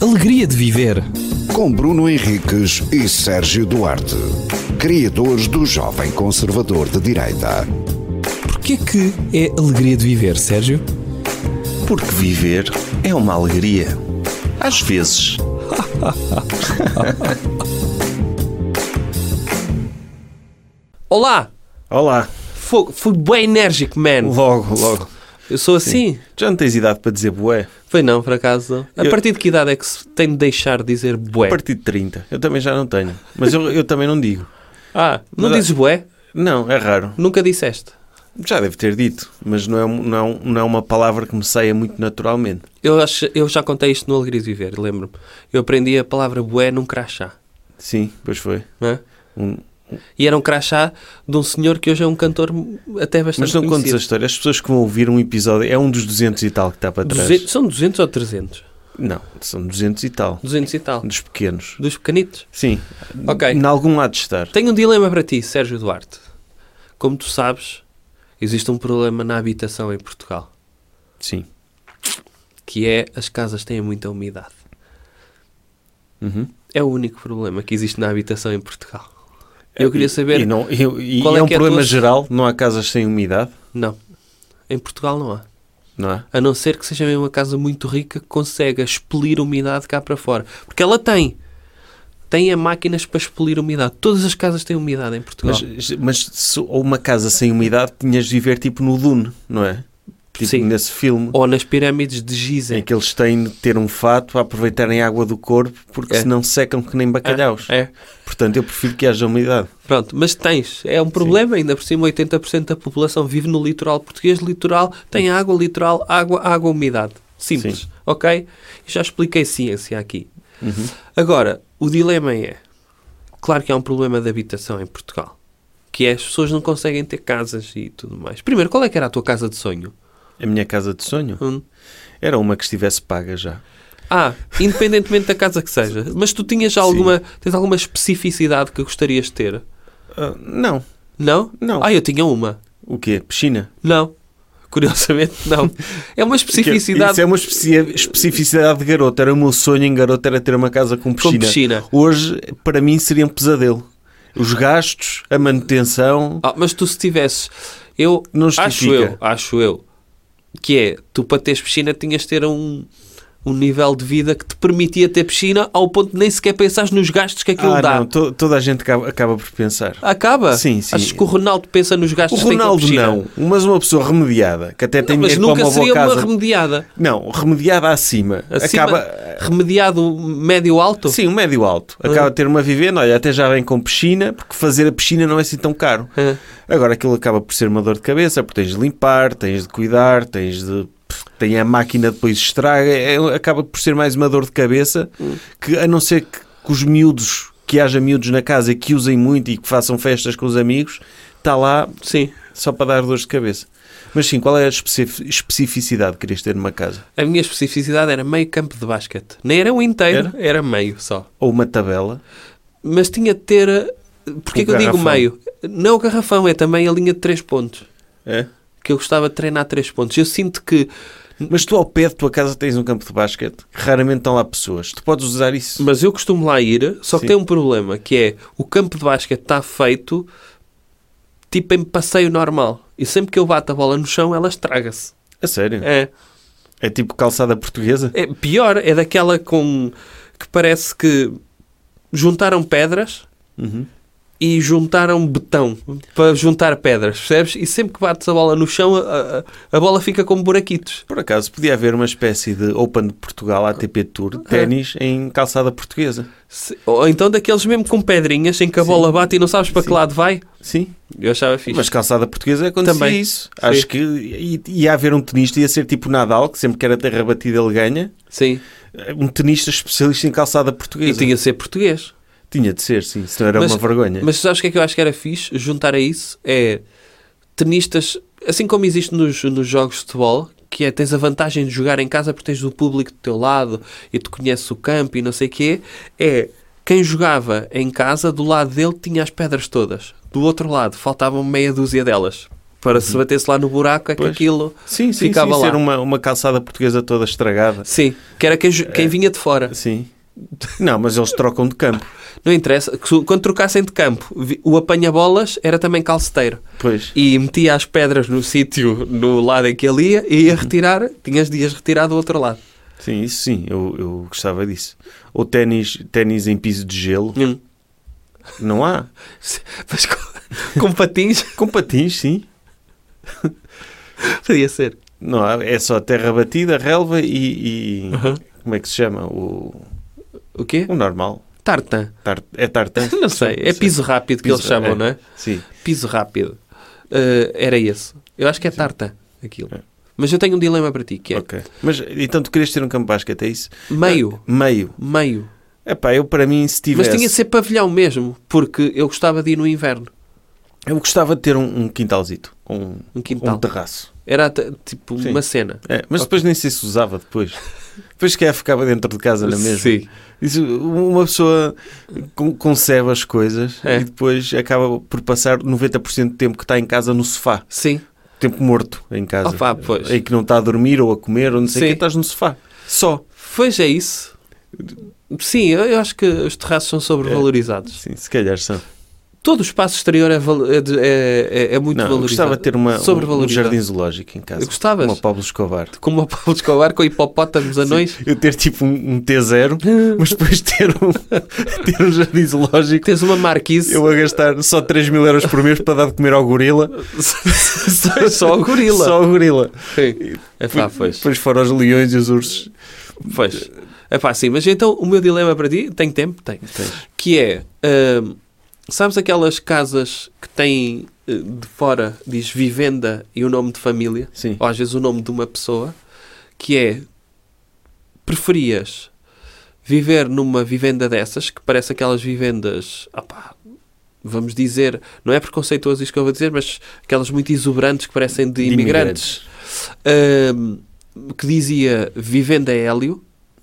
alegria de viver. Com Bruno Henriques e Sérgio Duarte, criadores do Jovem Conservador de Direita. Porquê que é alegria de viver, Sérgio? Porque viver é uma alegria. Às vezes. Olá! Olá. Fui bem enérgico, man. Logo. Eu sou assim. Já não tens idade para dizer bué? Foi não, por acaso. A partir de que idade é que se tem de deixar de dizer bué? A partir de 30. Eu também já não tenho. Mas eu também não digo. Não dizes bué? Não, é raro. Nunca disseste? Já deve ter dito. Mas não é uma palavra que me saia muito naturalmente. Eu já contei isto no Alegria de Viver, lembro-me. Eu aprendi a palavra bué num crachá. Sim, pois foi. Não é? E era um crachá de um senhor que hoje é um cantor até bastante Mas não conhecido. contes a história. As pessoas que vão ouvir um episódio, é um dos 200 e tal que está para trás. São 200 ou 300? Não, são 200 e tal. 200 e tal. Dos pequenos. Dos pequenitos? Sim. Ok. Em algum lado de estar. Tenho um dilema para ti, Sérgio Duarte. Como tu sabes, existe um problema na habitação em Portugal. Sim. Que é as casas têm muita umidade. Uhum. É o único problema que existe na habitação em Portugal. Eu queria saber... E qual é um que é a problema tua... geral? Não há casas sem umidade? Não. Em Portugal não há. Não há? A não ser que seja mesmo uma casa muito rica que consiga expelir umidade cá para fora. Porque ela tem. Tem máquinas para expelir umidade. Todas as casas têm umidade em Portugal. Mas se uma casa sem umidade tinhas de viver tipo no Dune, não é? Tipo Sim. nesse filme. Ou nas pirâmides de Gizé. Em que eles têm de ter um fato para aproveitarem a água do corpo, porque senão secam que nem bacalhaus. É. Portanto, eu prefiro que haja umidade. Pronto, mas tens. É um problema, ainda por cima 80% da população vive no litoral português. Litoral tem água, litoral, água, umidade. Simples, Sim. ok? Já expliquei ciência aqui. Uhum. Agora, o dilema é... Claro que há um problema de habitação em Portugal. Que é as pessoas não conseguem ter casas e tudo mais. Primeiro, qual é que era a tua casa de sonho? A minha casa de sonho era uma que estivesse paga já. Independentemente da casa que seja. Mas tu tinhas tens alguma especificidade que gostarias de ter? Não. Não? Não. Eu tinha uma. O quê? Piscina? Não. Curiosamente, não. É uma especificidade... Isso é uma especificidade de garoto. Era o meu sonho em garoto, era ter uma casa com piscina. Com piscina. Hoje, para mim, seria um pesadelo. Os gastos, a manutenção... Mas tu se tivesses... Não justifica. Acho eu, que é, tu para teres piscina tinhas de ter um nível de vida que te permitia ter piscina ao ponto de nem sequer pensares nos gastos que aquilo dá. Não, toda a gente acaba por pensar. Acaba? Sim. Achas que o Ronaldo pensa nos gastos O que tem com a Ronaldo piscina? não, mas uma pessoa remediada, que até tem dinheiro para uma boa casa... Mas nunca seria uma remediada. Não, remediada acima. Remediado médio-alto? Sim, um médio-alto. Acaba de ter uma vivenda, olha, até já vem com piscina, porque fazer a piscina não é assim tão caro. Agora aquilo acaba por ser uma dor de cabeça, porque tens de limpar, tens de cuidar, tem a máquina depois estraga, acaba por ser mais uma dor de cabeça, que a não ser que os miúdos, que haja miúdos na casa que usem muito e que façam festas com os amigos, está lá só para dar dores de cabeça. Mas sim, qual é a especificidade que querias ter numa casa? A minha especificidade era meio campo de basquete. Nem era um inteiro, era meio só. Ou uma tabela? Mas tinha de ter... Porquê que eu digo meio? Não o garrafão, é também a linha de 3 pontos. É? Que eu gostava de treinar 3 pontos. Eu sinto que... Mas tu ao pé da tua casa tens um campo de basquete, raramente estão lá pessoas. Tu podes usar isso. Mas eu costumo lá ir, só que tem um problema, que é o campo de basquete está feito tipo em passeio normal. E sempre que eu bato a bola no chão, ela estraga-se. A sério? É. É tipo calçada portuguesa? É pior, é daquela que parece que juntaram pedras e juntaram betão para juntar pedras, percebes? E sempre que bates a bola no chão, a bola fica com buraquitos. Por acaso, podia haver uma espécie de Open de Portugal, ATP Tour, ténis em calçada portuguesa. Ou então daqueles mesmo com pedrinhas em que a bola bate e não sabes para que lado vai. Sim. Eu achava fixe. Mas calçada portuguesa acontecia também isso. Acho que ia haver um tenista, ia ser tipo Nadal, que sempre que era terra batida ele ganha. Sim. Um tenista especialista em calçada portuguesa. E tinha de ser português. Tinha de ser, sim. Senão era uma vergonha. Mas sabes o que é que eu acho que era fixe? Juntar a isso é tenistas, assim como existe nos jogos de futebol, que é, tens a vantagem de jogar em casa porque tens o público do teu lado e tu conheces o campo e não sei o quê, é quem jogava em casa, do lado dele tinha as pedras todas. Do outro lado faltavam meia dúzia delas. Para se batesse lá no buraco, que aquilo ficava lá. Ser uma calçada portuguesa toda estragada. Sim, que era quem vinha de fora. Sim. Não, mas eles trocam de campo. Não interessa. Quando trocassem de campo, o apanha-bolas era também calceteiro. Pois. E metia as pedras no sítio, no lado em que ele ia, e ia retirar, tinhas de as retirar do outro lado. Sim, isso sim, eu gostava disso. Ou ténis em piso de gelo. Não há. Mas com patins? Com patins, sim. Podia ser. Não há, é só terra batida, relva e como é que se chama? O quê? O normal. Tartan. É tartan? Não sei. É piso rápido que eles chamam, não é? Sim. Piso rápido. Era esse. Eu acho que é tartan, aquilo. É. Mas eu tenho um dilema para ti, que é... Ok. Mas, então tu querias ter um campo de basquete, é isso? Meio. Meio. Epá, eu para mim, se tivesse... Mas tinha de ser pavilhão mesmo, porque eu gostava de ir no inverno. Eu gostava de ter um quintalzito. Um quintal. Um terraço. Era tipo uma cena. Mas depois nem sei se usava depois. Depois que ficava dentro de casa na mesma. Sim. Isso, uma pessoa concebe as coisas e depois acaba por passar 90% do tempo que está em casa no sofá. Sim. Tempo morto em casa. Opa, pois. Em que não está a dormir ou a comer ou não sei o que, estás no sofá. Só. Pois é isso. Sim, eu acho que os terraços são sobrevalorizados. Sim, se calhar são. Todo o espaço exterior é muito valorizado. Eu gostava de ter um jardim zoológico em casa. Eu gostavas? Como o Pablo Escobar. Como o Pablo Escobar, com hipopótamos anões. Eu ter tipo um T0, mas depois ter um jardim zoológico. Tens uma marquise. Eu a gastar só 3.000 euros por mês para dar de comer ao gorila. Só ao gorila. Só ao gorila. Sim. Depois fora os leões e os ursos. Pois. Sim, mas então o meu dilema para ti, tenho tempo? Tenho. Que é... sabes aquelas casas que têm de fora, diz vivenda e o nome de família? Sim. Ou às vezes o nome de uma pessoa, que é, preferias viver numa vivenda dessas, que parece aquelas vivendas, vamos dizer, não é preconceituoso isto que eu vou dizer, mas aquelas muito exuberantes que parecem de imigrantes. Que dizia Vivenda Hélio,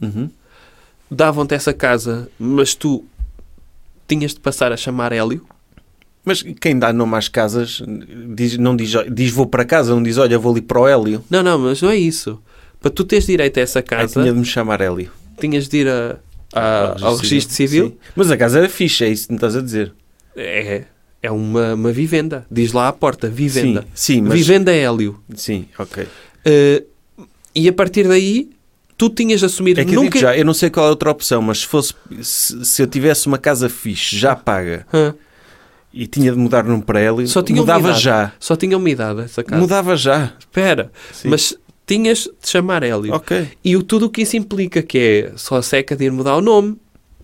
davam-te essa casa, mas tu tinhas de passar a chamar Hélio. Mas quem dá nome às casas não diz vou para casa, não diz olha vou ali para o Hélio. Não, mas não é isso. Para tu teres direito a essa casa... tinha de me chamar Hélio. Tinhas de ir ao registro civil. Sim. Mas a casa era fixe, é isso que me estás a dizer. É uma vivenda. Diz lá à porta, vivenda. Sim, mas... Vivenda Hélio. Sim, ok. E a partir daí... Tu tinhas de assumir... É que eu não sei qual é a outra opção, mas se eu tivesse uma casa fixe, já paga, e tinha de mudar num para Hélio, mudava já. Só tinha umidade essa casa. Mudava já. Espera, mas tinhas de chamar Hélio. Ok. E tudo o que isso implica, que é só a seca de ir mudar o nome,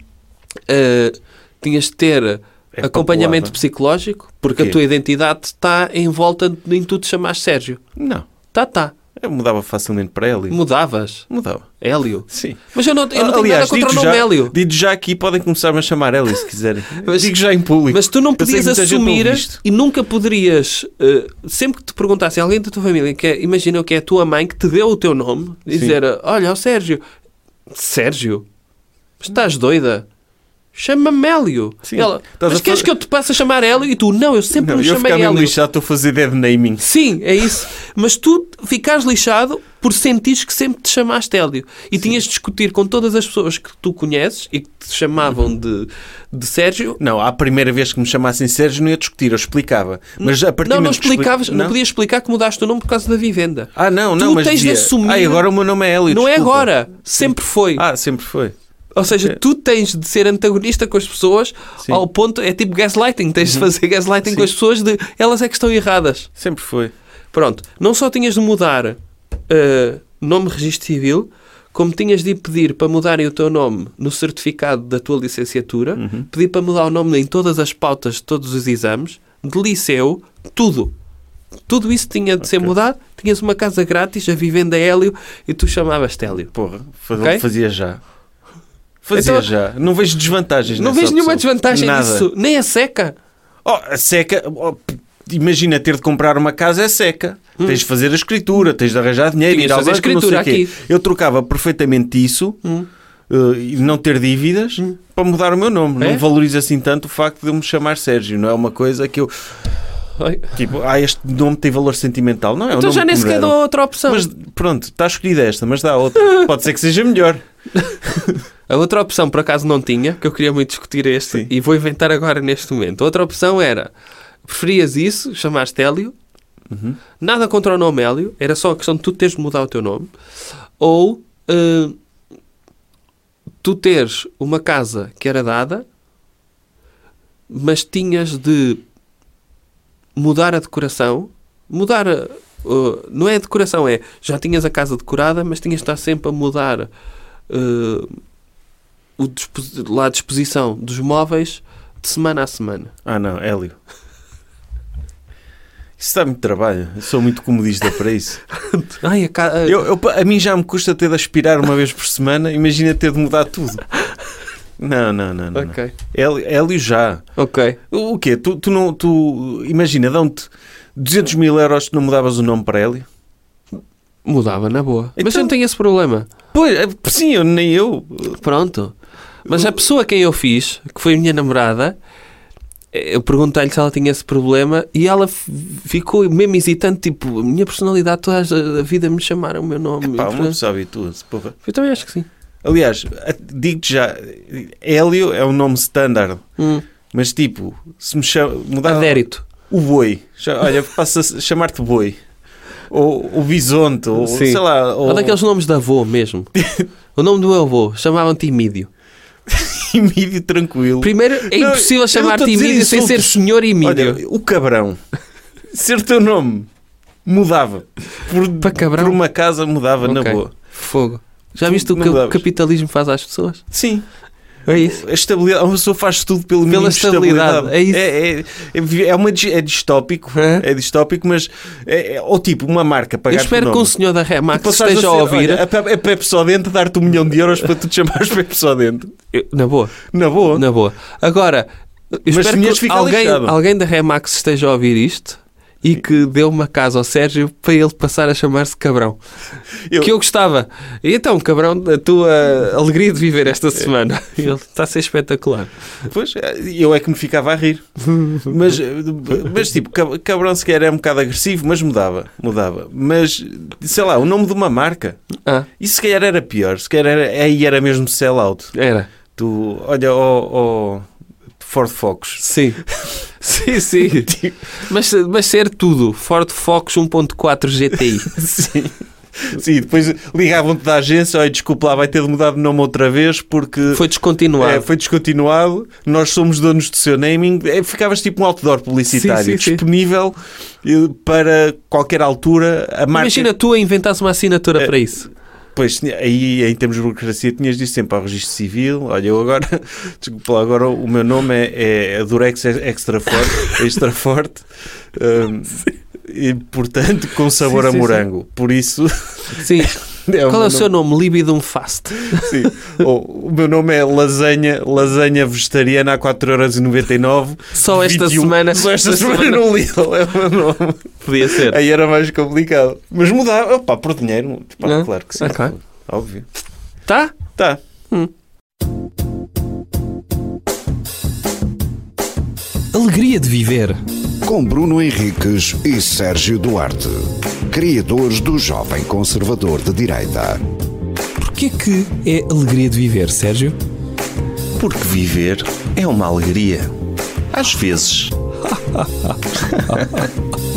tinhas de ter acompanhamento psicológico, porque a tua identidade está em volta em tu te chamares Sérgio. Não. Tá. Eu mudava facilmente para Hélio. Mudavas? Mudava. Hélio? Sim. Mas eu não tenho nada contra o nome Hélio. Digo já aqui, podem começar-me a chamar Hélio se quiserem. Digo já em público. Mas tu não podias assumir e nunca poderias, sempre que te perguntassem alguém da tua família, imagina que é a tua mãe que te deu o teu nome, dizer, olha, o Sérgio. Sérgio? Estás doida? Chama-me Hélio. Ela, mas queres que eu te passe a chamar Hélio? E tu, não, eu sempre me chamei Hélio. Eu ficar lixado, estou a fazer dead naming. Sim, é isso. Mas tu ficares lixado por sentires que sempre te chamaste Hélio. E tinhas de discutir com todas as pessoas que tu conheces e que te chamavam de Sérgio. Não, à primeira vez que me chamassem Sérgio não ia discutir, eu explicava. Mas a partir não explicavas, não podias explicar que mudaste o nome por causa da vivenda. Não, mas tens de assumir... agora o meu nome é Hélio. Não é agora, sempre foi. Sempre foi. Ou seja, tu tens de ser antagonista com as pessoas ao ponto... É tipo gaslighting. Tens de fazer gaslighting com as pessoas de... Elas é que estão erradas. Sempre foi. Pronto. Não só tinhas de mudar nome de registro civil, como tinhas de pedir para mudarem o teu nome no certificado da tua licenciatura, pedir para mudar o nome em todas as pautas de todos os exames, de liceu, tudo. Tudo isso tinha de ser mudado. Tinhas uma casa grátis, a vivenda Hélio, e tu chamavas-te Hélio. Porra, fazia já. Já. Não vejo desvantagens. Não vejo nenhuma desvantagem nisso. Nem a seca. A seca... imagina ter de comprar uma casa, é seca. Tens de fazer a escritura, tens de arranjar dinheiro, ir ao banco, não sei o quê. Eu trocava perfeitamente isso e não ter dívidas para mudar o meu nome. Não valorizo assim tanto o facto de eu me chamar Sérgio. Não é uma coisa que eu... Ai. Tipo, este nome tem valor sentimental. Não é Então um já nome nem que me sequer deram. dou outra opção. Mas pronto, está escolhida esta, mas dá outra. Pode ser que seja melhor. A outra opção, por acaso, não tinha, que eu queria muito discutir este, Sim. e vou inventar agora neste momento. A outra opção era, preferias isso, chamaste Hélio, nada contra o nome Hélio, era só a questão de tu teres de mudar o teu nome, ou tu teres uma casa que era dada, mas tinhas de mudar a decoração, não é a decoração, já tinhas a casa decorada, mas tinhas de estar sempre a mudar a disposição dos móveis de semana a semana. Ah não, Hélio. Isso dá muito trabalho. Eu sou muito comodista para isso. Ai, A mim já me custa ter de aspirar uma vez por semana. Imagina ter de mudar tudo. Não. Ok. Hélio já. Ok. O quê? Tu imagina, dão-te 200 mil euros se não mudavas o nome para Hélio? Mudava na boa. Mas Então- eu não tenho esse problema. Pois, sim, nem eu. Pronto. Mas a pessoa a quem eu fiz, que foi a minha namorada, eu perguntei-lhe se ela tinha esse problema e ela ficou mesmo hesitante, tipo, a minha personalidade, toda a vida me chamaram o meu nome. Pá, uma pessoa habitua-se, porra. Eu também acho que sim. Aliás, digo-te já, Hélio é um nome standard, mas tipo, se me mudar Adérito. o Boi, olha, passa a chamar-te Boi, ou o Bisonte, ou Sim. sei lá, Ou daqueles nomes de avô mesmo. O nome do meu avô, chamavam-te Emídio. Emídio tranquilo. Primeiro, é Não, impossível eu não chamar-te estou a dizer Emídio sem ser insultos. senhor Emídio. Olha, o Cabrão, ser o teu nome, mudava. Para Cabrão? Por uma casa mudava na Ok. boa. Fogo. Já viste o Não que o mudavas. capitalismo faz às pessoas? Sim. É isso. A estabilidade, uma pessoa faz tudo pelo mínimo de estabilidade, é isso. É distópico, É? é distópico, mas ou tipo uma marca Eu pagar espero que o senhor da Remax esteja a ouvir. Olha, a Pepe Só Dente dar-te 1 milhão de euros para tu te chamares Pepe Só Dente. Na boa. Na boa. Na boa. Agora, eu Mas espero tinhas que ficado lixado. alguém da Remax esteja a ouvir isto e que deu uma casa ao Sérgio para ele passar a chamar-se Cabrão. Que eu gostava. E então, Cabrão, a tua alegria de viver esta semana. Ele está a ser espetacular. Pois, eu é que me ficava a rir. Mas tipo, Cabrão sequer é um bocado agressivo, mas mudava. Mas, sei lá, o nome de uma marca. Isso se calhar era pior. Se calhar aí era mesmo sell-out. Era. Tu, olha, Ford Focus. Sim. Sim. mas ser tudo. Ford Focus 1.4 GTI. Sim, depois ligavam-te da agência, olha, desculpa lá, vai ter de mudar de nome outra vez porque Foi descontinuado. foi descontinuado, nós somos donos do seu naming. Ficavas tipo um outdoor publicitário Sim. disponível para qualquer altura. A marca... Imagina tu a inventares uma assinatura para isso. Pois, aí em termos de burocracia tinhas de ir sempre ao registro civil. Olha, eu agora, desculpa lá, agora o meu nome é Durex Extra Forte, e portanto com sabor a morango. Por isso, Sim. Qual é o seu nome? Libidum Fast. Sim. O meu nome é lasanha vegetariana a 4,99€. Só esta semana. Só esta semana no Lidl é o meu nome. Podia ser. Aí era mais complicado. Mas mudava, opá, por dinheiro. Pá, Não? claro que sim. Ok. Óbvio. Tá? Tá. Alegria de viver. Com Bruno Henriques e Sérgio Duarte, criadores do Jovem Conservador de Direita. Porquê que é alegria de viver, Sérgio? Porque viver é uma alegria. Às vezes.